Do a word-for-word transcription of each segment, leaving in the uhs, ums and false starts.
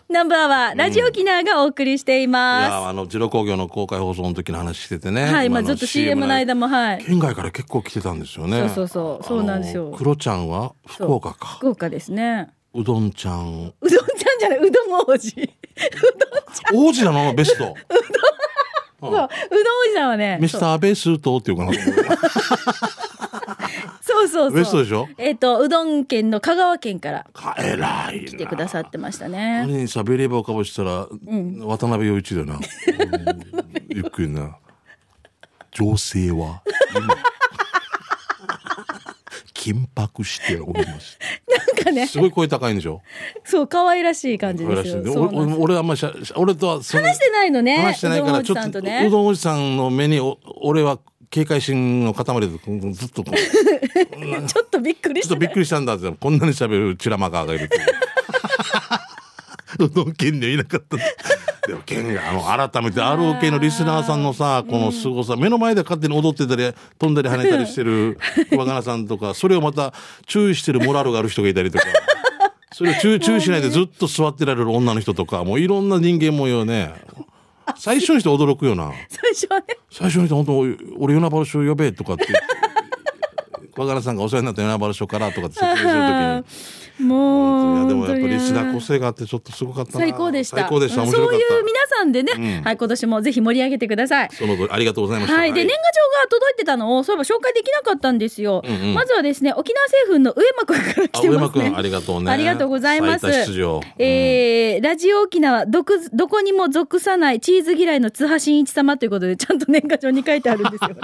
ナンバーはラジオ沖縄がお送りしています、 うん、いやあのジロ工業の公開放送の時の話しててね、 はい、まあ、ずっと シーエム の間も、はい、 県外から結構来てたんですよね。 そうそうそうそうなんですよ。 クロちゃんは福岡か。 福岡ですね。 うどんちゃん、 うどんちゃんじゃない、うどん王子うどんちゃん王子なのベストそう、うどんおじさんはね、 ミスターベーストっていうかなそうそうそう、 ベストでしょ。 えっとうどん県の香川県からえらいな来てくださってましたね。 何にさベレーバーをかぶしたら、うん、渡辺陽一だよなゆっくりな情勢は今緊迫しておりますなんかね、 すごい声高いんでしょ。 そう可愛らしい感じですよ。そう俺, 俺あんまりしゃ俺とはそ話してないのね。 話してないからちょっとうどんおじさんの目にお俺は警戒心の塊でずっとこうちょっとびっくりした。 ちょっとびっくりしたんだって、こんなに喋るチラマカーがいるってうどん県にはいなかったでも県があの改めて アールオーケー のリスナーさんのさこのすごさ、うん、目の前で勝手に踊ってたり飛んだり跳ねたりしてる若菜さんとかそれをまた注意してるモラルがある人がいたりとかそれを注意、注意しないでずっと座ってられる女の人とかもういろんな人間模様ね。最初の人驚くよな。 最初はね。 最初の人本当俺与那原署呼べとかって若菜さんがお世話になった与那原署からとかって説明するときにもういやでもやっぱりリスナー個性があってちょっとすごかったな。 最高でした。 最高でした。面白かった。 そういう皆さんでね、 うん、 はい、今年もぜひ盛り上げてください。 そのありがとうございました。 はい、で、はい、年賀状が届いてたのをそういえば紹介できなかったんですよ、うんうん、まずはですね沖縄製粉の上間くんから来てますね。 上間くんありがとうね。 ありがとうございます。 最多出場、 えーうん、ラジオ沖縄どこどこにも属さないチーズ嫌いの津波真一様ということでちゃんと年賀状に書いてあるんですよ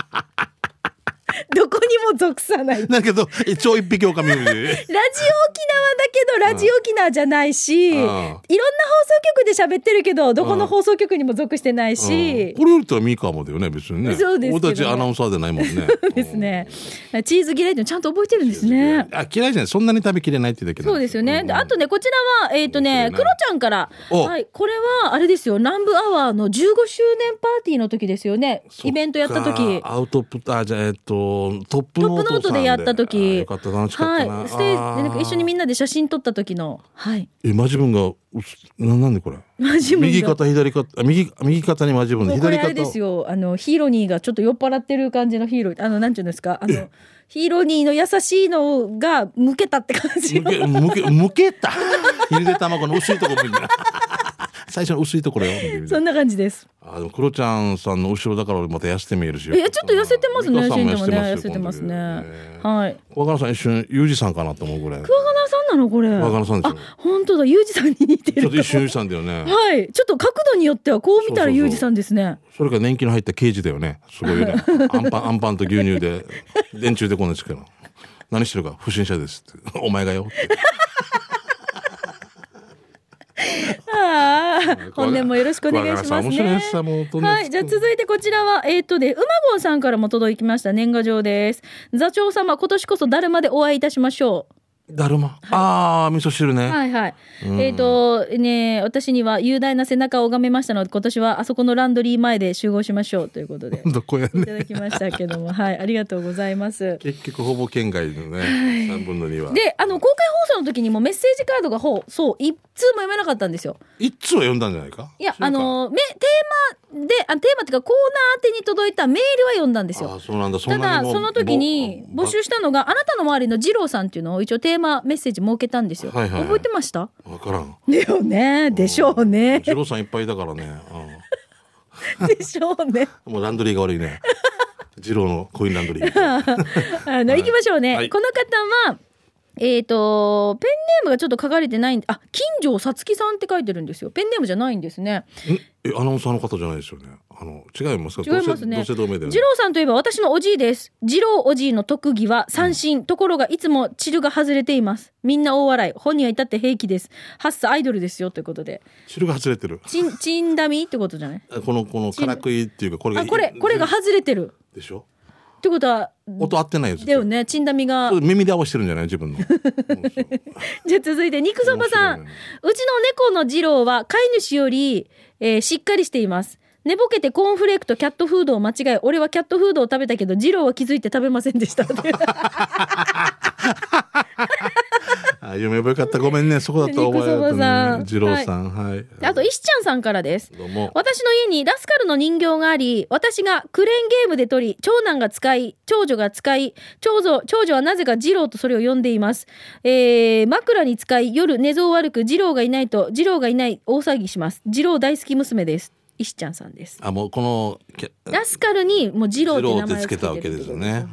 どこにも属さないだけど超一匹狼ラジオ沖縄だけどラジオ沖縄じゃないし、うん、いろんな放送局で喋ってるけどどこの放送局にも属してないし、 うん、これよりとはミカもだよね別にね。 そうですけどね、 俺たちアナウンサーでないもんねそうですね、うん、チーズ嫌いってちゃんと覚えてるんですね。 あ嫌いじゃないそんなに食べきれないってだけそうですよね、うん、であとねこちらはえっ、ー、とねクロちゃんから、はい、これはあれですよ南部アワーのじゅうごしゅうねんパーティーの時ですよね。イベントやった時アウトプットあじゃあえっ、ー、とトップトップノートでやった時、 よかった楽しかったな、 はい、ステージでなんか一緒にみんなで写真撮った時の、はい、 えマジ分がななんでこれ右肩左肩右右肩にマジ分で左肩これあれですよあのヒーロニーがちょっと酔っ払ってる感じのヒーローあのなんていうんですかあのヒーロニーの優しいのが向けたって感じ向け向け向けたゆで卵の薄いところみたいな最初の薄いところよそんな感じです。 あでもクロちゃんさんの後ろだからまた痩せて見えるしえちょっと痩せてますね。 美香さんも痩せてますね。痩せてますね。はい。 小若菜さん一瞬ユージさんかなと思うぐらい。 小若菜さんなのこれ。 小若菜さんですよ。 あ本当だユージさんに似てる。 ちょっと一瞬ユージさんだよね。 はいちょっと角度によってはこう見たらユージさんですね。そうそうそうそれから年季の入った刑事だよね。すごいよね。アンパンアンパンと牛乳で電柱でこんですけど何してるか不審者ですってお前がよって。 あ本年もよろしくお願いしますね。はいじゃあ続いてこちらはえっ、ー、とでうまごんさんからも届きました年賀状です。座長様今年こそだるまでお会いいたしましょう。 だるま、はい、ああ味噌汁ね。 はいはい、うん、えっ、ー、とね私には雄大な背中を拝めましたので今年はあそこのランドリー前で集合しましょうということでどこや、ね、 いただきましたけどもはいありがとうございます。 結局ほぼ県外のね、はい、さんぶんのにはであの公開放送の時にもメッセージカードがほうそう一通も読めなかったんですよ。 一通は読んだんじゃないか。 いやあのテーマであテーマっていうかコーナー宛てに届いたメールは読んだんですよ。 あそうなんだ。そんなにもただその時に募集したのがあなたの周りの二郎さんっていうのを一応テーマメッセージ設けたんですよ、はいはいはい、覚えてました？ わからんだよねでしょうね。 二郎さんいっぱいだからね、 うん、でしょうねもうランドリーが悪いね二郎のコインランドリーあの、はい、行きましょうね、はい、この方はえーとペンネームがちょっと書かれてないんであ金城さつきさんって書いてるんですよ。ペンネームじゃないんですね。 えアナウンサーの方じゃないですよね。あの違いますか？ 違いますね。 同姓同名で、ね、 二郎さんといえば私のおじいです。二郎おじいの特技は三振、うん、ところがいつもチルが外れています。みんな大笑い本人は至って平気です。ハッサアイドルですよということでチルが外れてるチンチンダミってことじゃない？ このこのからくいっていうかこれがあこれこれが外れてるでしょってことは音合ってないやつだよね。チンダミが耳で合わせてるんじゃない自分のじゃあ続いて肉そばさん、ね、うちの猫の次郎は飼い主より、えー、しっかりしています。寝ぼけてコーンフレークとキャットフードを間違え俺はキャットフードを食べたけど次郎は気づいて食べませんでしたああ、読めばよかった。ごめんね。そこだと思うよ。 肉そばさん二郎さん。はい。はい、 あと、石ちゃんさんからです。 どうも。 私の家にラスカルの人形があり、私がクレーンゲームで取り、長男が使い、長女が使い、長女、長女はなぜか二郎とそれを呼んでいます。えー、枕に使い、夜寝相悪く、二郎がいないと、二郎がいない大騒ぎします。二郎大好き娘です。石ちゃんさんです。 あ、もうこのラスカルにもうジローって名前をつけたわけですよね。 はい、うん、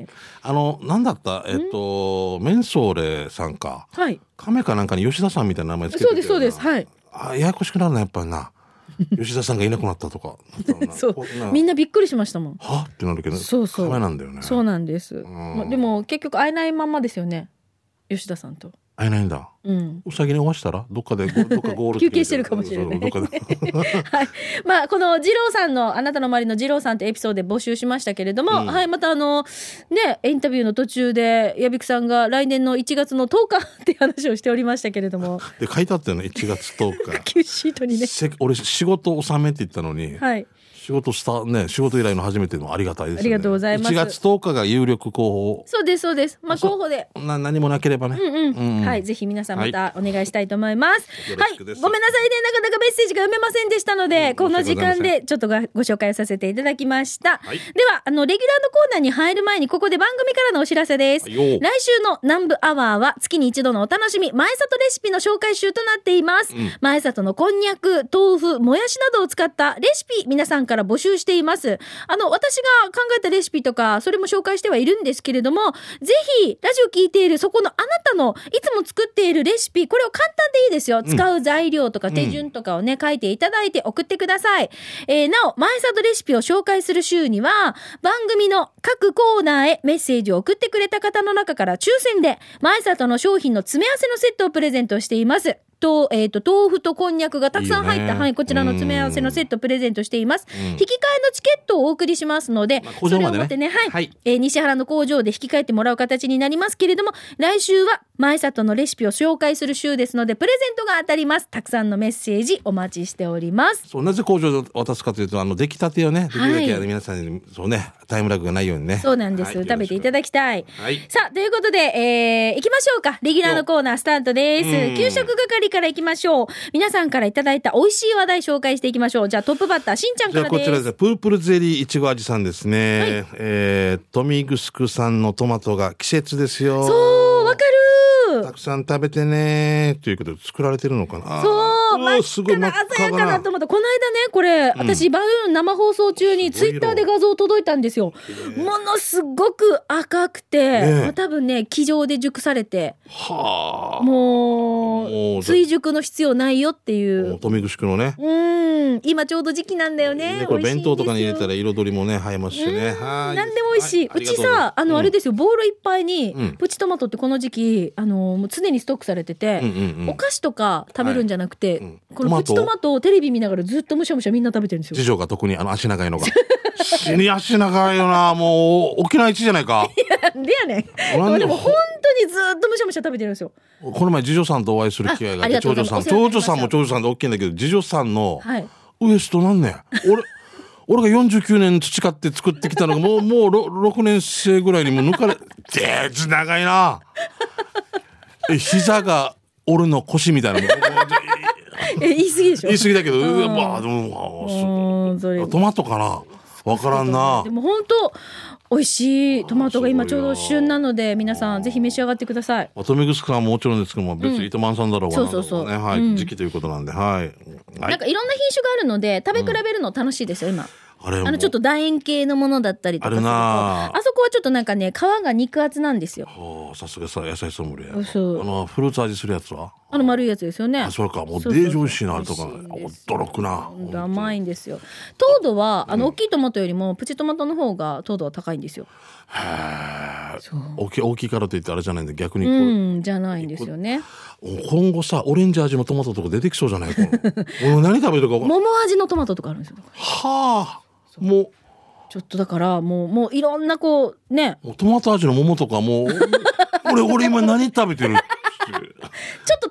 あのなんだったえっとメンソーレさんか。 はい。 亀かなんかに吉田さんみたいな名前つけてたよな。 そうですそうです。はい。 あ、ややこしくなるなやっぱりな。吉田さんがいなくなったとか。 そうみんなびっくりしましたもん。 はってなるけど。 そうそう。 亀なんだよね。 そうなんです。まあ、でも結局会えないまんまですよね。吉田さんと。 会えないんだ。うん。うさぎにおわしたらどっかでどっかゴール休憩してるかもしれない。はい。まあこの二郎さんのあなたの周りの二郎さんってエピソードで募集しましたけれども、うん、はいまたあのねインタビューの途中でやびくさんが来年のいちがつのとおかって話をしておりましたけれども。 で書いてあったよねいちがつとおか。 Q シートにね。 俺仕事納めって言ったのに。はい。仕事したね仕事依頼の初めてのありがたいですね。 ありがとうございます。 いちがつとおかが有力候補。 そうですそうです。まあ候補でな何もなければね。 うんうん。うんうん、はいぜひ皆さんまたお願いしたいと思います。はい。ごめんなさいねなかなかメッセージが読めませんでしたので、うん、この時間でちょっとご紹介させていただきました。はい、ではあのレギュラーのコーナーに入る前にここで番組からのお知らせです。はい、来週の南部アワーは月に一度のお楽しみ前里レシピの紹介集となっています。うん、前里のこんにゃく、豆腐、もやしなどを使ったレシピ皆さんから募集しています。あの私が考えたレシピとかそれも紹介してはいるんですけれども、ぜひラジオ聞いているそこのあなたのいつも作っているレシピ、これを簡単でいいですよ、うん、使う材料とか手順とかをね、うん、書いていただいて送ってください。えー、なお前里レシピを紹介する週には番組の各コーナーへメッセージを送ってくれた方の中から抽選で前里の商品の詰め合わせのセットをプレゼントしています。と、えっと、豆腐とこんにゃくがたくさん入った、いいはい、こちらの詰め合わせのセットプレゼントしています。引き換えのチケットをお送りしますので、まあ工場までね、それを持ってね、はい、はい、えー、西原の工場で引き換えてもらう形になりますけれども、来週は前里のレシピを紹介する週ですので、プレゼントが当たります。たくさんのメッセージお待ちしております。 そう、なぜ工場で渡すかというと、あの出来たてをね、できるだけ、はい、皆さんにそうね、タイムラグがないようにね。 そうなんです。はい、食べていただきたい。はい、さあ、ということで、えー、行きましょうか。レギュラーのコーナースタートです。給食係から行きましょう。皆さんからいただいた美味しい話題紹介していきましょう。じゃあトップバッターしんちゃんからです。 じゃあこちらですね、プルプルゼリーいちご味さんですね。はい、えー、豊見城産のトマトが季節ですよ。 そうわかる。 たくさん食べてねということで作られてるのかな。 そう真っ赤な鮮やかなトマト。この間ねこれ、うん、私番組の生放送中にツイッターで画像届いたんですよ。ものすごく赤くて、ね、まあ、多分ね気丈で熟されて、はあ、もう追熟の必要ないよっていう。 豊見城のね。 うん今ちょうど時期なんだよね。 ねこれ弁当とかに入れたら彩りもね映えますしね。 はい。何でも美味しい。はい、うちさあの、うん、あれですよボウルいっぱいに、うん、プチトマトってこの時期あのもう常にストックされてて、うんうんうん、お菓子とか食べるんじゃなくて、はい、うん、このプチトマトをテレビ見ながらずっとむしゃむしゃみんな食べてるんですよ。 次女が特にあの足長いのが死に足長いよな。もう沖縄一じゃないか。 いやなんでやねん。でも本当にずっとむしゃむしゃ食べてるんですよ。 この前次女さんとお会いする機会があって、長女さん長女さんも長女さんで大きいんだけど次女さんのウエストなんね俺俺がよんじゅうきゅうねん培って作ってきたのがもうもう 6, ろくねん生ぐらいにも抜かれデージ長いな。え膝が俺の腰みたいなもんえ言い過ぎでしょ。 言い過ぎだけど、うわでもトマトかなわからんな。 でも本当美味しいトマトが今ちょうど旬なので皆さんぜひ召し上がってください。 豊見城はもちろんですけども別に糸満さんだろうが、うん、そうそうそう、ね、はい、うん、時期ということなんで、はい、はい、 なんかいろんな品種があるので食べ比べるの楽しいですよ今。あれあのちょっと楕円形のものだったりとかすると あ, あそこはちょっとなんかね皮が肉厚なんですよ。 はあ、さすがさ野菜ソムリエ。あのフルーツ味するやつはあの丸いやつですよね。 あそれかもうデージ美味しいなあれとか驚くな。 甘いんですよ。糖度はあの大きいトマトよりもプチトマトの方が糖度は高いんですよ。へえ。大きい大きいからといってあれじゃないんで逆にこう、 うん、じゃないんですよね。 今後さオレンジ味のトマトとか出てきそうじゃないか。俺何食べるか桃味のトマトとかあるんですよ。 はあもうちょっとだからもうもういろんなこうねトマト味の桃とかもう俺俺今何食べてるちょっとテイスト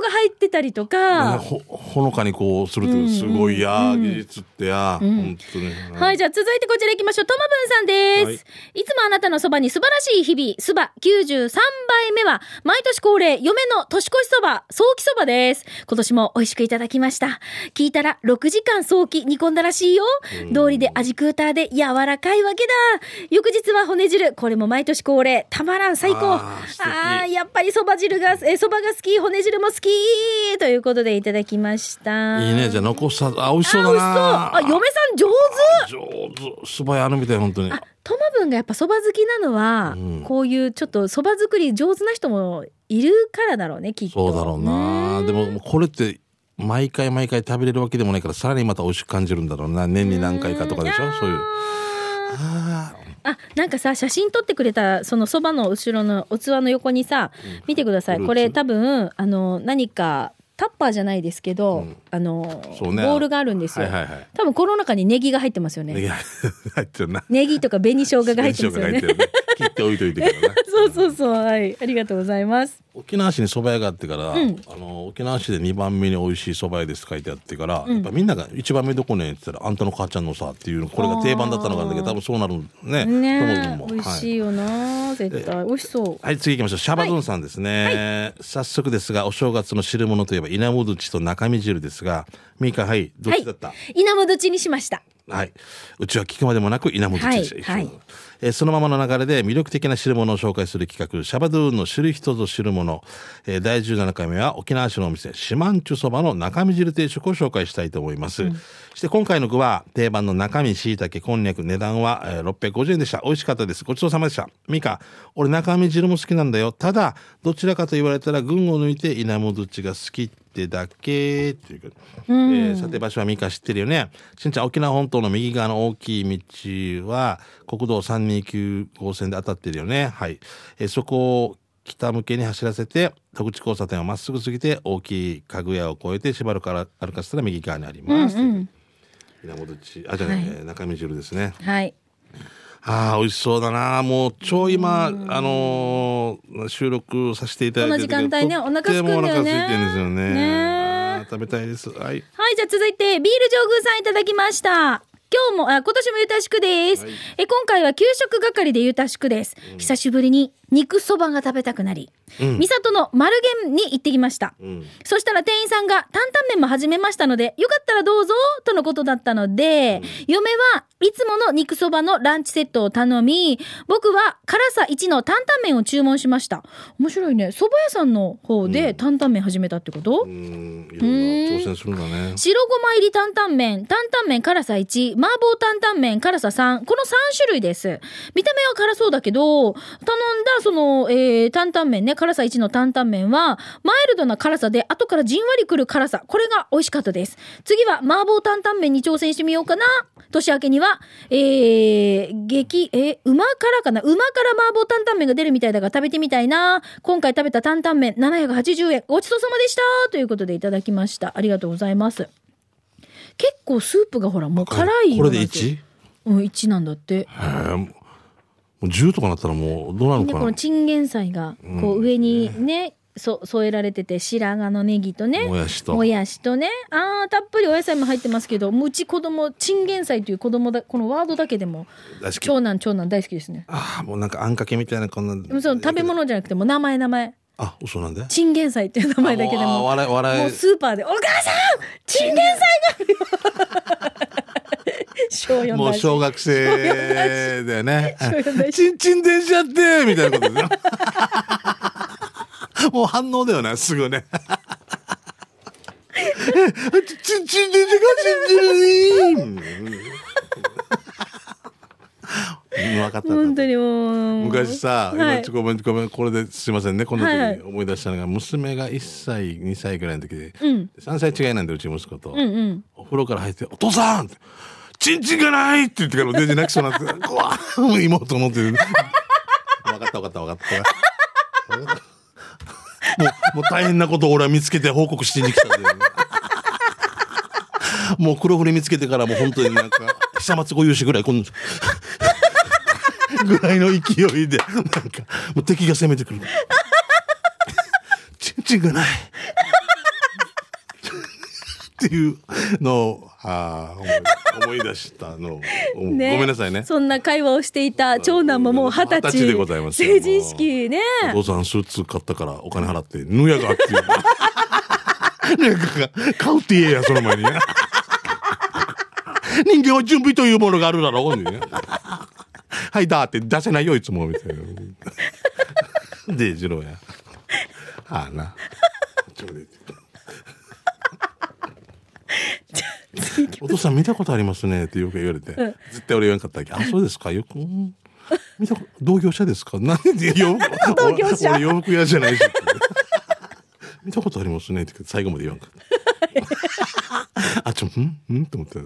が入ってたりとか、 ね、ほほのかにこうするってすごいや、うん、技術ってや、うん、本当に、 はい、じゃあ続いてこちら行きましょう。ともぶんさんです、はい、いつもあなたのそばに素晴らしい日々、そばきゅうじゅうさんばいめは毎年恒例嫁の年越しそば早期そばです。今年も美味しくいただきました。聞いたらろくじかん早期煮込んだらしいよ。通りで味クーターで柔らかいわけだ。翌日は骨汁、これも毎年恒例、たまらん、最高。ああ、やっぱりそば汁がえそばが好き、骨汁も好きということでいただきました。 いいね。じゃあ残さあ美味しそうだな。 あ、美味しそう。あ、嫁さん上手。 上手。そば屋のみたい本当に。 あ、トマブンがやっぱそば好きなのは、うん、こういうちょっとそば作り上手な人もいるからだろうね、きっと。 そうだろうな。でもこれって毎回毎回食べれるわけでもないから、さらにまた美味しく感じるんだろうな。年に何回かとかでしょ。そういう。 ああ、なんかさ、写真撮ってくれたそのそばの後ろのお器の横にさ、うん、見てください。これ多分あの何かタッパーじゃないですけど、うん、あの、ね、ボールがあるんですよ、はいはいはい、多分この中にネギが入ってますよね。ネギ入ってるな。 ネギとか紅生姜が入ってますよね。 切って置いといてからね。 そうそうそう、はい、ありがとうございます。 沖縄市に蕎麦屋があってから、うん、あの沖縄市でにばんめに美味しい蕎麦屋です書いてあってから、うん、やっぱみんながいちばんめどこねって言ったら、あんたの母ちゃんのさっていうこれが定番だったのがあるんだけど、多分そうなるね。 ね、美味しいよな、はい、絶対美味しそう。 はい、次行きましょう。シャバドゥンさんですね、はいはい、早速ですがお正月の汁物といえば稲むどちと中身汁ですが、ミカ、はい、どっちだった？はい、 稲むどちにしました。 はい、うちは聞くまでもなく稲むどちでした、はいはい。えー、そのままの流れで魅力的な汁物を紹介する企画、シャバドゥーンの知る人ぞ知るもの、えー、だいじゅうななかいめは沖縄市のお店シマンチュそばの中身汁定食を紹介したいと思います、うん、そして今回の具は定番の中身しいたけこんにゃく、値段は、えー、ろっぴゃくごじゅうえんでした。美味しかったです。ごちそうさまでした。ミカ、俺中身汁も好きなんだよ。ただどちらかと言われたら群を抜いて稲むどちが好きってだけっていう、うんえー、さて場所はミカ知ってるよね。しんちゃん、沖縄本島の右側の大きい道は国道さんにきゅうごうせんで当たってるよね。はい、えー、そこを北向けに走らせて戸口交差点をまっすぐ過ぎて大きい家具屋を越えてしばらく歩かせたら右側にあります、うんうん、稲むどち、あ、じゃあ、ねはい、中身汁ですね。 はい、 ああ美味しそうだな。もうちょい今、あのー、収録させていただいてるけど、 この時間帯ね、お腹すくんだよね。 お腹空いてるんですよね。 ね、 食べたいです。はい、はい、 じゃあ続いてビール上宮さんいただきました。今日もあ今年もゆたしくです、はい、え今回は給食係でゆたしくです、うん、久しぶりに肉そばが食べたくなり、うん、三郷の丸源に行ってきました、うん、そしたら店員さんが担々麺も始めましたのでよかったらどうぞとのことだったので、うん、嫁はいつもの肉そばのランチセットを頼み、僕は辛さいちの担々麺を注文しました。面白いね、そば屋さんの方で担々麺始めたってこと、うん、 いろんな挑戦するんだね。 白ごま入り担々麺、担々麺辛さいち、麻婆担々麺辛ささん、このさん種類です。見た目は辛そうだけど、頼んだその、えー、担々麺ね、辛さいちの担々麺はマイルドな辛さで後からじんわりくる辛さ、これが美味しかったです。次は麻婆担々麺に挑戦してみようかな。年明けには、えー、激、えー、うま辛かな、うま辛麻婆担々麺が出るみたいだから食べてみたいな。今回食べた担々麺ななひゃくはちじゅうえん、ごちそうさまでしたということでいただきました。ありがとうございます。結構スープがほらもう辛いよ。 これで いち？ うん、いちなんだって。 へもうじゅうとかなったらもうどうなるのかな。 このチンゲン菜がこう上にね、うん、そ添えられてて、白髪のネギとね、 もやしともやしとね、あーたっぷりお野菜も入ってますけど、もううち子供チンゲン菜という子供だ、このワードだけでも長男長男大好きですね。 ああもうなんかあんかけみたいなこんな。 そう食べ物じゃなくても名前名前。 あ、嘘なんでチンゲン菜っていう名前だけでも笑い笑い、 もうスーパーでお母さんチンゲン菜が小よんもう小学生だよね。チンチン電車ってみたいなことですよもう反応だよね、すぐねチンチン電車がチンチン分かった。 本当にもう昔さ、はい、今ごめんごめんこれですいませんね、この時に思い出したのが、はいはい、娘がいっさいにさいぐらいの時で、うん、さんさい違いなんでうち息子と、うんうん、お風呂から入ってお父さんってチンチンがないって言ってから全然泣きそうになって怖い妹思ってる分かった分かった分かったもう、もう大変なことを俺は見つけて報告しに来たんでもう黒船見つけてからもう本当になんか久松ご融資ぐらいこんぐらいの勢いでなんかもう敵が攻めてくるチンチンがないっていうのをあ思い、思い出したの、ね、ごめんなさいね。 そんな会話をしていた長男ももう二十歳でございます。 成人式ね。 お父さんスーツ買ったからお金払ってぬやがっていうなんか買うって言えやその前に人間は準備というものがあるだろう、ね、はいだって出せないよいつもみたいなで次郎やああなお父さん見たことありますねってよく言われて、うん、絶対俺言わなかったっけ。あ、そうですか。よく、うん、見た同業者ですか。何で洋服同業者俺洋服屋じゃないし見たことありますねって最後まで言わなかったあ、ちょんんと思って、うん、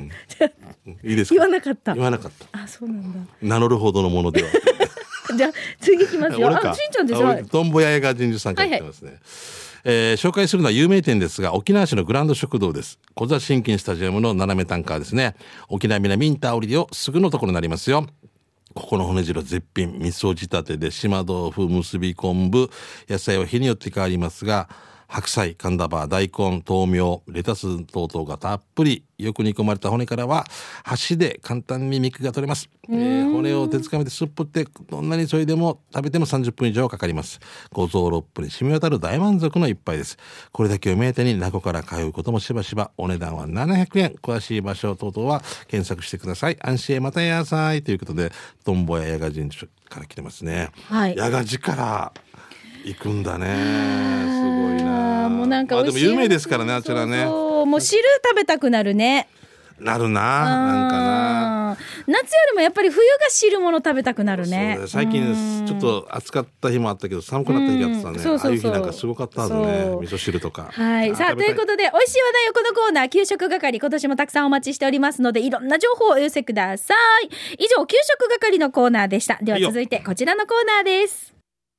いいですか。 言わなかった言わなかった。 あ、そうなんだ。 名乗るほどのものではじゃあ次いきますよ。あ、しんちゃんですよ。 トンボヤエガ人事さんから来てますね、はいはい。えー、紹介するのは有名店ですが、沖縄市のグランド食堂です。小座新金スタジアムの斜めタンカーですね。沖縄南インター降りをすぐのところになりますよ。ここの骨汁絶品、味噌仕立てで島豆腐、結び昆布、野菜は日によって変わりますが、白菜、カンダバー、大根、豆苗、レタス等々がたっぷりよく煮込まれた骨からは箸で簡単に肉が取れます、えー、骨を手づかみですっぽってどんなにそれでも食べてもさんじゅっぷん以上かかります。五臓六腑に染み渡る大満足の一杯です。これだけを目当てに名護から通うこともしばしば。お値段はななひゃくえん。詳しい場所等々は検索してください。安心へまたやさいということでトンボやヤガ人事から来てますね、はい、ヤガジから行くんだね。すごいな。 もうなんか美味しい、 まあ、でも有名ですからね、あちらね。 そうそう、もう汁食べたくなるね。 なるな、なんかな。 夏よりもやっぱり冬が汁物食べたくなるね。 そうね、最近ちょっと暑かった日もあったけど寒くなった日があってたね。そうそうそう、ああいう日なんかすごかったはずね。味噌汁とか。 はい。さあということで美味しい話題をこのコーナー給食係、今年もたくさんお待ちしておりますので、いろんな情報をお寄せください。以上給食係のコーナーでした。では続いてこちらのコーナーです。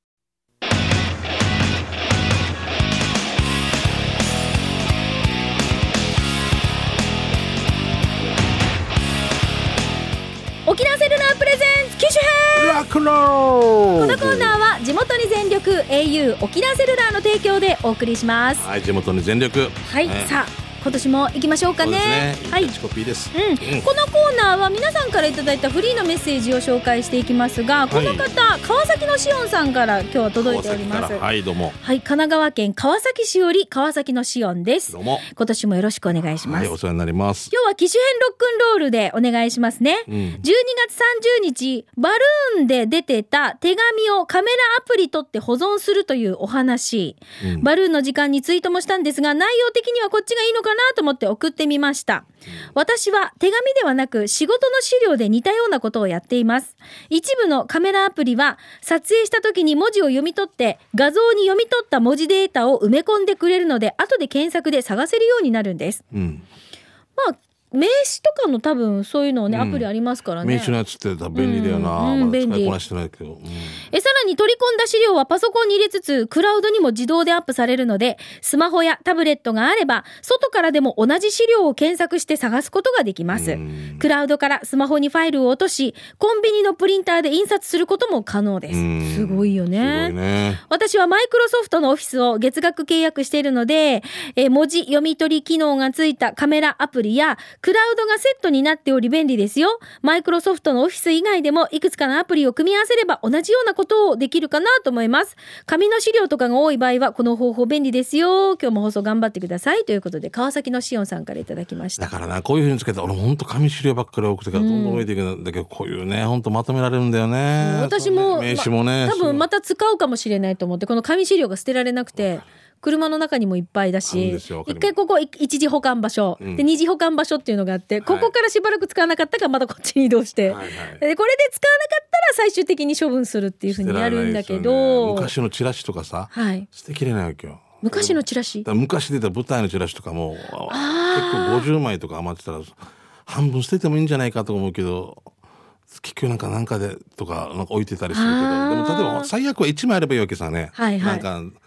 沖縄セルラープレゼンツ機種編ラクロー。 このコーナーは地元に全力 エーユー 沖縄セルラーの提供でお送りします。 はい、地元に全力。 はい、ね、さあ今年も行きましょうかね。 そうですね。はい、キャッチコピーです、 うんうん、このコーナーは皆さんからいただいたフリーのメッセージを紹介していきますが、この方、はい、川崎のしおんさんから今日は届いております。 はい、どうも。 はい、神奈川県川崎市より川崎のしおんです。 どうも。 今年もよろしくお願いします。 はい、お世話になります。 今日は機種編ロックンロールでお願いしますね、うん、じゅうにがつさんじゅうにちバルーンで出てた手紙をカメラアプリ取って保存するというお話、うん、バルーンの時間にツイートもしたんですが、内容的にはこっちがいいのかなと思って送ってみました。私は手紙ではなく仕事の資料で似たようなことをやっています。一部のカメラアプリは撮影した時に文字を読み取って画像に読み取った文字データを埋め込んでくれるので、後で検索で探せるようになるんです、うん、まあ名刺とかの多分そういうのをね、うん、アプリありますからね。 名刺のやつって便利だよな、うんうん、まだ使いこなしてないけど、うん、 えさらに取り込んだ資料はパソコンに入れつつクラウドにも自動でアップされるので、スマホやタブレットがあれば外からでも同じ資料を検索して探すことができます、うん、クラウドからスマホにファイルを落としコンビニのプリンターで印刷することも可能です、うん、すごいよね。 すごいね。 私はマイクロソフトのオフィスを月額契約しているので、え文字読み取り機能がついたカメラアプリやクラウドがセットになっており便利ですよ。マイクロソフトのオフィス以外でもいくつかのアプリを組み合わせれば同じようなことをできるかなと思います。紙の資料とかが多い場合はこの方法便利ですよ。今日も放送頑張ってくださいということで川崎のしおんさんからいただきました。 だからな、こういう風につけて俺本当紙資料ばっかり多くてからどんどん増えていくんだけど、うん、こういうね本当まとめられるんだよね。 私も、 ね、名刺もね、 ま、多分また使うかもしれないと思って、この紙資料が捨てられなくて車の中にもいっぱいだし、一回ここ一時保管場所、うん、で二次保管場所っていうのがあって、はい、ここからしばらく使わなかったからまたこっちに移動して、はいはい、でこれで使わなかったら最終的に処分するっていうふうにやるんだけど、 ね、昔のチラシとかさ、はい、捨てきれないわけよ。 昔のチラシ、 昔出た舞台のチラシとかも結構ごじゅうまいとか余ってたら半分捨ててもいいんじゃないかと思うけど、結局なんかなんかでとかなんか置いてたりするけど、でも例えば最悪はいちまいあればいいわけさね、はいはい、なんか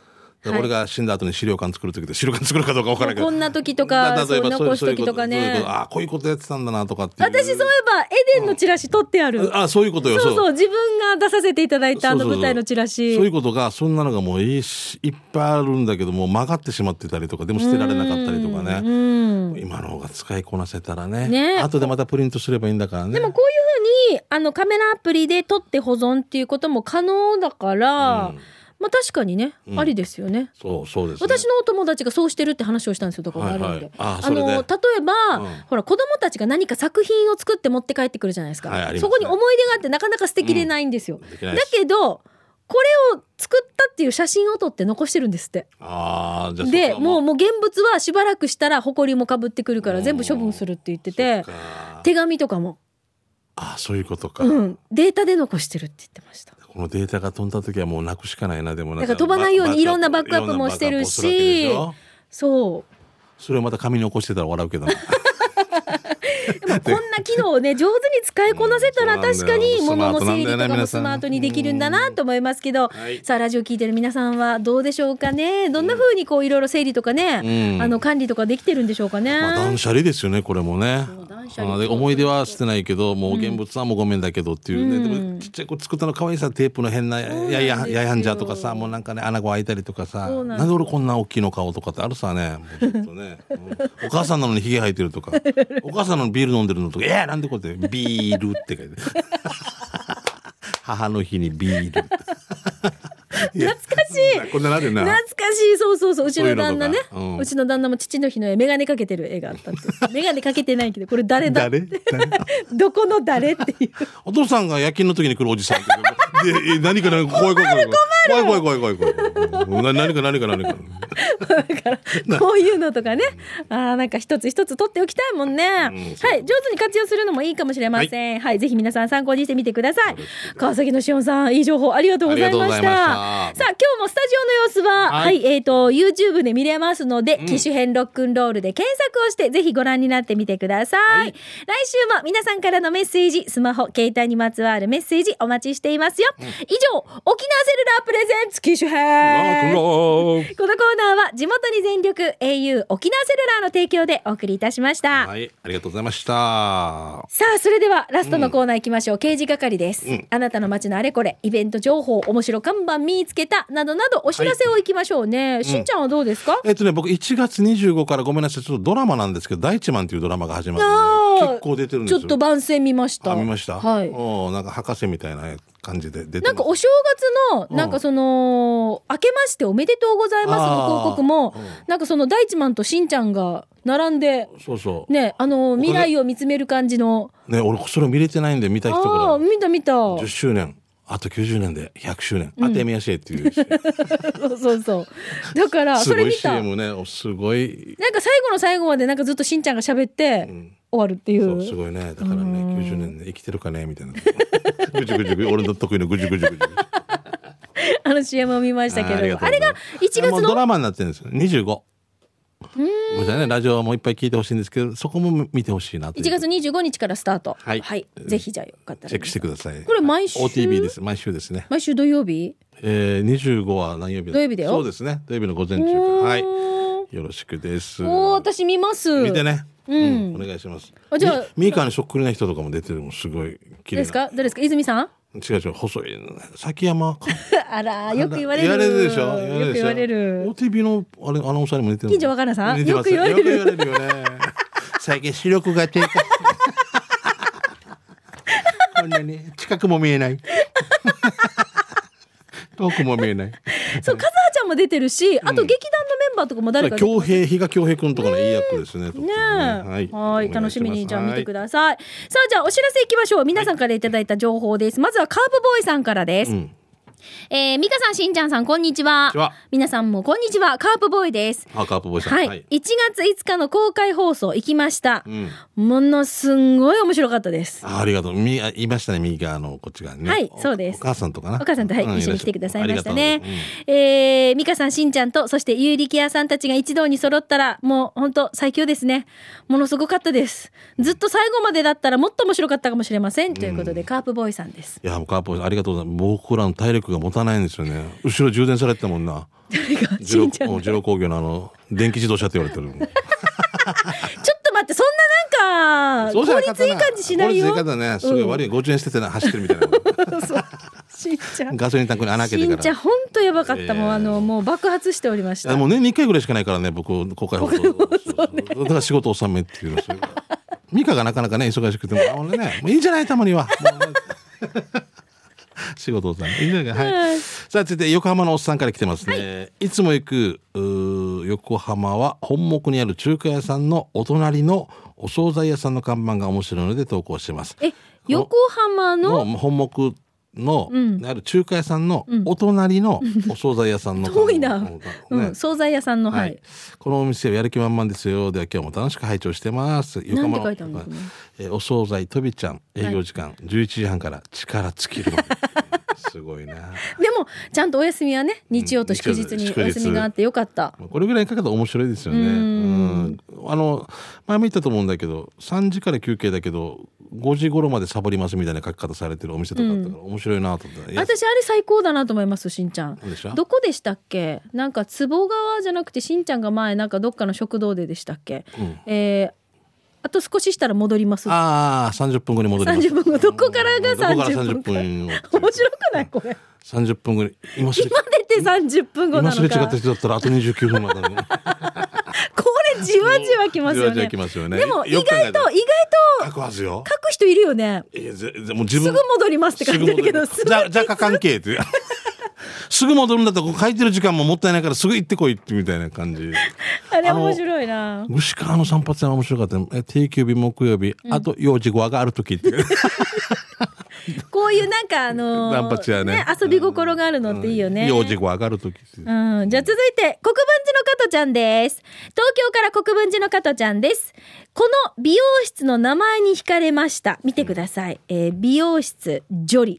はい、俺が死んだ後に資料館作る時で資料館作るかどうか分からないけど、 こんな時とか例えば残す時とかね、 ああこういうことやってたんだなとかっていう。 私そういえばエデンのチラシ取ってある、 うん、あそういうことよ。 そうそう、自分が出させていただいたあの舞台のチラシ、 そういうことがそんなのがもういいしいっぱいあるんだけども曲がってしまってたりとかでも捨てられなかったりとかね、うん今の方が使いこなせたら ね, ね後でまたプリントすればいいんだからね。 でもこういうふうにあのカメラアプリで撮って保存っていうことも可能だから、うんまあ、確かにね、うん、ありですよね。 そうそうですね。 私のお友達がそうしてるって話をしたんですよ。ところがあるので、はいはい、ああの例えば、うん、ほら子供たちが何か作品を作って持って帰ってくるじゃないですか、はい、そこに思い出があってなかなか捨てきれないんですよ、うん、だけどこれを作ったっていう写真を撮って残してるんですって。 あじゃあでもう、もう現物はしばらくしたら埃もかぶってくるから全部処分するって言ってて、手紙とかもあそういうことか、 うん、データで残してるって言ってました。 このデータが飛んだ時はもうなくしかないな。でもなんかだから飛ばないようにいろんなバックアップもしてるし、そうそれをまた紙に起こしてたら笑うけどでもこんな機能をね上手に使いこなせたら確かに物の整理とかもスマートにできるんだなと思いますけど、はい、さあラジオ聞いてる皆さんはどうでしょうかね。どんな風にこういろいろ整理とかね、うん、あの管理とかできてるんでしょうかね。 まあ、断捨離ですよねこれもね。あで思い出は捨てないけどもう現物はもうごめんだけどっていうね、うん、でもちっちゃい子作ったの可愛いさテープの変なややややんじゃとかさもうなんかね穴子開いたりとかさなんで俺こんな大きいの顔とかってあるさね。もうちょっとね、うん、お母さんなのにヒゲ生えてるとかお母さんなのにビール飲んでるのとかえー、なんでこうやってビールって書いて母の日にビール懐かしいこんなのあるな。 懐かしい。そうそうそう。うちの旦那ね、う, う, ん、うちの旦那も父の日の絵メガネかけてる絵があったってメガネかけてないけどこれ誰だ誰どこの誰っていうお父さんが夜勤の時に来るおじさんってで何か何か怖い怖い怖い怖い怖い怖い怖い怖い怖い何か何か何かだからこういうのとかね、あーなんか一つ一つ取っておきたいもんね、うん、はい上手に活用するのもいいかもしれません。はい、はい、ぜひ皆さん参考にしてみてください。川崎のしおんさんいい情報ありがとうございました。さあ今日もスタジオの様子は、はい、はい、えーと YouTube で見れますので、うん、機種編ロックンロールで検索をしてぜひご覧になってみてください、はい、来週も皆さんからのメッセージスマホ携帯にまつわるメッセージお待ちしていますよ、うん、以上沖縄セルラープレゼンツ機種編。このコーナーは地元に全力 エーユー 沖縄セルラーの提供でお送りいたしました。 はい、ありがとうございました。 さあそれではラストのコーナー行きましょう、うん、刑事係です、うん、あなたの街のあれこれイベント情報面白看板見つけたなどなどお知らせをいきましょうね、はい、しんちゃんはどうですか。 うん、えっとね僕いちがつにじゅうごからごめんなさいちょっとドラマなんですけど大地マンというドラマが始まるんで、ね、結構出てるんですよ。 ちょっと番宣見ました。 あ見ました、 はい、 おなんか博士みたいな感じで出てます。 なんかお正月のなんかその、うん、明けましておめでとうございますの広告も、うん、なんかその大地マンとしんちゃんが並んでそうそうねあの未来を見つめる感じのね俺それ見れてないんで見た人からあ見た見たじゅっしゅうねんあときゅうじゅうねんでひゃくしゅうねん、うん、当てみやしいっていうそうそうそうだからそれ見たすごい シーエム ねすごいなんか最後の最後までなんかずっとしんちゃんが喋って、うん終わるっていう。 そうすごいね。だからね、きゅうじゅうねんで生きてるかねみたいな。ぐじゅぐじゅ俺の得意のぐじゅぐじゅぐじゅ。 あの シーエム を見ましたけど、あ, あ, あれがいちがつのドラマになってるんですよ。にじゅうご。ごめんなさいね、ラジオもいっぱい聞いてほしいんですけど、そこも見てほしいなと。 いちがつにじゅうごにちからスタート。はい。はい、ぜひじゃあよかったらチェックしてください。 これ毎週オーティービー です。毎週ですね。 毎週土曜日？ えー、にじゅうごは何曜日だ？ 土曜日だよ。 そうですね。土曜日の午前中から。はい。よろしくです。 お私見ます。 見てね。うん、うん、お願いします。 あじゃあミーカーにそっくりな人とかも出てるのすごい綺麗な。 ですか？誰ですか？泉さん？ 違う違う細い崎山あらよく言われる。 言われるでしょ。 よく言われる。 オーティービー のあれアナウンサーにも似てる。 近所若菜さん？よく言われる。 よく言われるよね。最近視力が低下。こんなに近くも見えない。遠くも見えない。 そう、カズハちゃんも出てるし、あと劇団のメンバーとかも誰か恭平、比嘉恭平くんとかのいい役ですね。 ねはい、はい楽しみにじゃあ見てください。さあじゃあお知らせいきましょう。皆さんからいただいた情報です。まずはカープボーイさんからです。うんえー、ミカさん、しんちゃんさん、こんにちは。皆さんもこんにちは。カープボーイです。 あ、カープボーイさん。 はい。はい、いちがついつかの公開放送行きました。うん、ものすんごい面白かったです。 あ、ありがとう。み、言いましたね、右側のこっち側にね。 はい、そうです。 お母さんとかな。 お母さんと、はい、うん、一緒に来てくださいましたね。うん、えー、ミカさん、しんちゃんと、そしてゆうりきやさんたちが一堂に揃ったら、もう本当最強ですね。ものすごかったです。ずっと最後までだったらもっと面白かったかもしれません。ということで、うん、カープボーイさんです。 いや、カープボーイさん、ありがとうございます。僕らの体力クが持たないんですよね。後ろ充電されてたもんな。 誰がジロしんちゃんがジロ工業のあの電気自動車って言われてる。 ちょっと待って、そんななんか効率いい感じしないよ。 効率いい感じだね。すごい悪い、ごじゅうえん捨ててな走ってるみたいな。 そうしんちゃんガソリンタンクに穴開けてから。 しんちゃん本当やばかった、 えーもうあのもう爆発しておりました。 もう年にいっかいぐらいしかないからね、僕公開放送。だから仕事納めっていうの。ミカがなかなかね忙しくても、あ俺ねもういいじゃないたまには。仕事納めいいんじゃないか。はい。さあ続いて横浜のおっさんから来てますね。はい、いつも行くう横浜は本木にある中華屋さんのお隣のお惣菜屋さんの看板が面白いので投稿してます。 え、横浜の本木の、うん、ある中華屋さんのお隣のお惣菜屋さんの、 遠いな、ね、うん、惣菜屋さんの、はいはい、 このお店はやる気満々ですよ。では今日も楽しく拝聴してます。 横浜のなんて書いてあるんですね。 えお惣菜とびちゃん営業時間、はい、じゅういちじはんから力尽きるすごいな。でもちゃんとお休みはね、日曜と祝日にお休みがあってよかった。 これぐらいかけたら面白いですよね。うんうんあの前も言ったと思うんだけど、さんじから休憩だけどごじ頃までサボりますみたいな書き方されてるお店とかあったから面白いなと思って、うん、 私あれ最高だなと思います。しんちゃんどこでしたっけ。なんか坪川じゃなくてしんちゃんが前なんかどっかの食堂ででしたっけ、うん、えーあと少ししたら戻ります。 ああ、さんじゅっぷんごに戻ります。 さんじゅっぷんご、どこからがさんじゅっぷんか。 どこからさんじゅっぷん。面白くないこれ。 さんじゅっぷんごに。今すれ今出てさんじゅっぷんごなのか。 今すれ違った人だったらあとにじゅうきゅうふんまで、ね。 これじわじわきますよね。じわじわきますよね。 でも意外と意外と書くはずよ。 書く人いるよね。 えー、ぜもう自分すぐ戻りますって書いてるけど、すぐじゃじゃか関係って。すぐ戻るんだったらこう書いてる時間ももったいないからすぐ行ってこいってみたいな感じ。 あれ面白いな。 牛川の散髪屋は面白かった。え定休日木曜日、うん、あとよじごがある時って。 こういうなんかあのーーねね、遊び心があるのっていいよね。 よじご上がる時、 うん、じゃあ続いて国分寺の加トちゃんです。東京から国分寺の加トちゃんです。この美容室の名前に惹かれました。見てください、えー、美容室ジョリ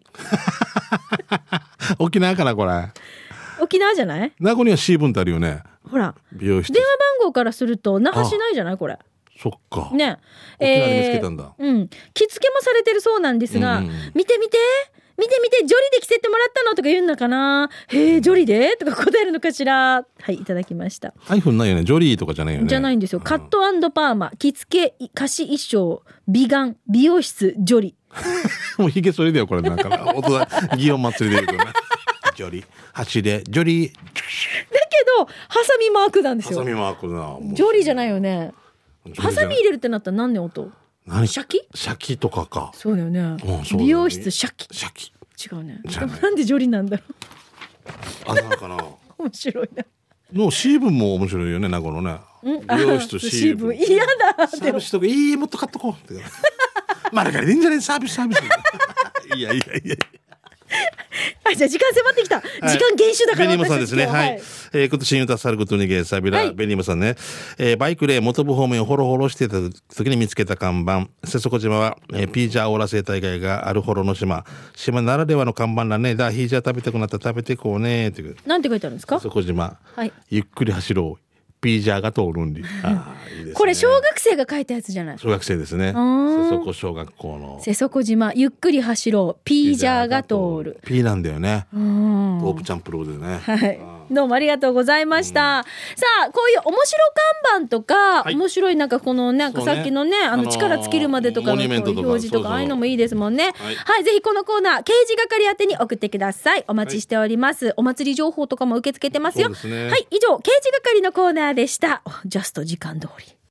沖縄かなこれ。 沖縄じゃない。 名護には C 分ってあるよね。 ほら美容室電話番号からすると那覇市ないじゃないこれ。 そっかね、 沖縄で見つけたんだ、 えー、うん着付けもされてるそうなんですが、うん、見て見て見て見てジョリで着せてもらったのとか言うんだかな。へえジョリでとか答えるのかしら。はいいただきました。 ハイフンないよね。ジョリーとかじゃないよね。 じゃないんですよ。カット&パーマ着付け貸し衣装美顔美容室ジョリもうひげそれだよこれなんか大人祇園祭りで言うとねジョリ走れジョリだけどハサミマークなんですよ。 ハサミマークなジョリじゃないよね。ハサミ入れるってなったら何年音。 何シャキシャキとかか。 そうだよね、うん、 そうだよね。 美容室シャキシャキ違うね。なんでジョリなんだろう。あ、なんかな面白いな。 の C 分も面白いよね名護のね。美容室 C 分嫌だ。 サービスとかいいもっと買っとこうって。マルガリでいいんじゃないサービスサービス。いやいやいや。 あ、じゃあ時間迫ってきた、はい、時間厳守だから。 ベニモさんですね。はい、はい、えー、今年に歌さることにげサビラ、はい、ベニモさんね、えー、バイクで元部方面をホロホロしていた時に見つけた看板。瀬底島は、えー、ピージャーオーラ生態街があるホロの島。島ならではの看板だね。だヒージャー食べたくなったら食べてこうねっていう。 なんて書いてあるんですか。 瀬底島、 はい、 ゆっくり走ろう。ピージャーが通るんで。あいいですね、 これ小学生が書いたやつじゃない。 小学生ですね。瀬底小学校の瀬底島ゆっくり走ろうピージャーが通る。 ピーなんだよね。トープチャンプローでね。 はい。どうもありがとうございました。うん、さあこういう面白看板とか、はい、面白いなんかこのなんかさっきのね、ねあの力尽きるまでとかの表示とかああいうのもいいですもんね。はい、はい、ぜひこのコーナー刑事係宛てに送ってください。お待ちしております。はい、お祭り情報とかも受け付けてますよ。 そうですね。 はい以上刑事係のコーナーでした。ジャスト時間通り。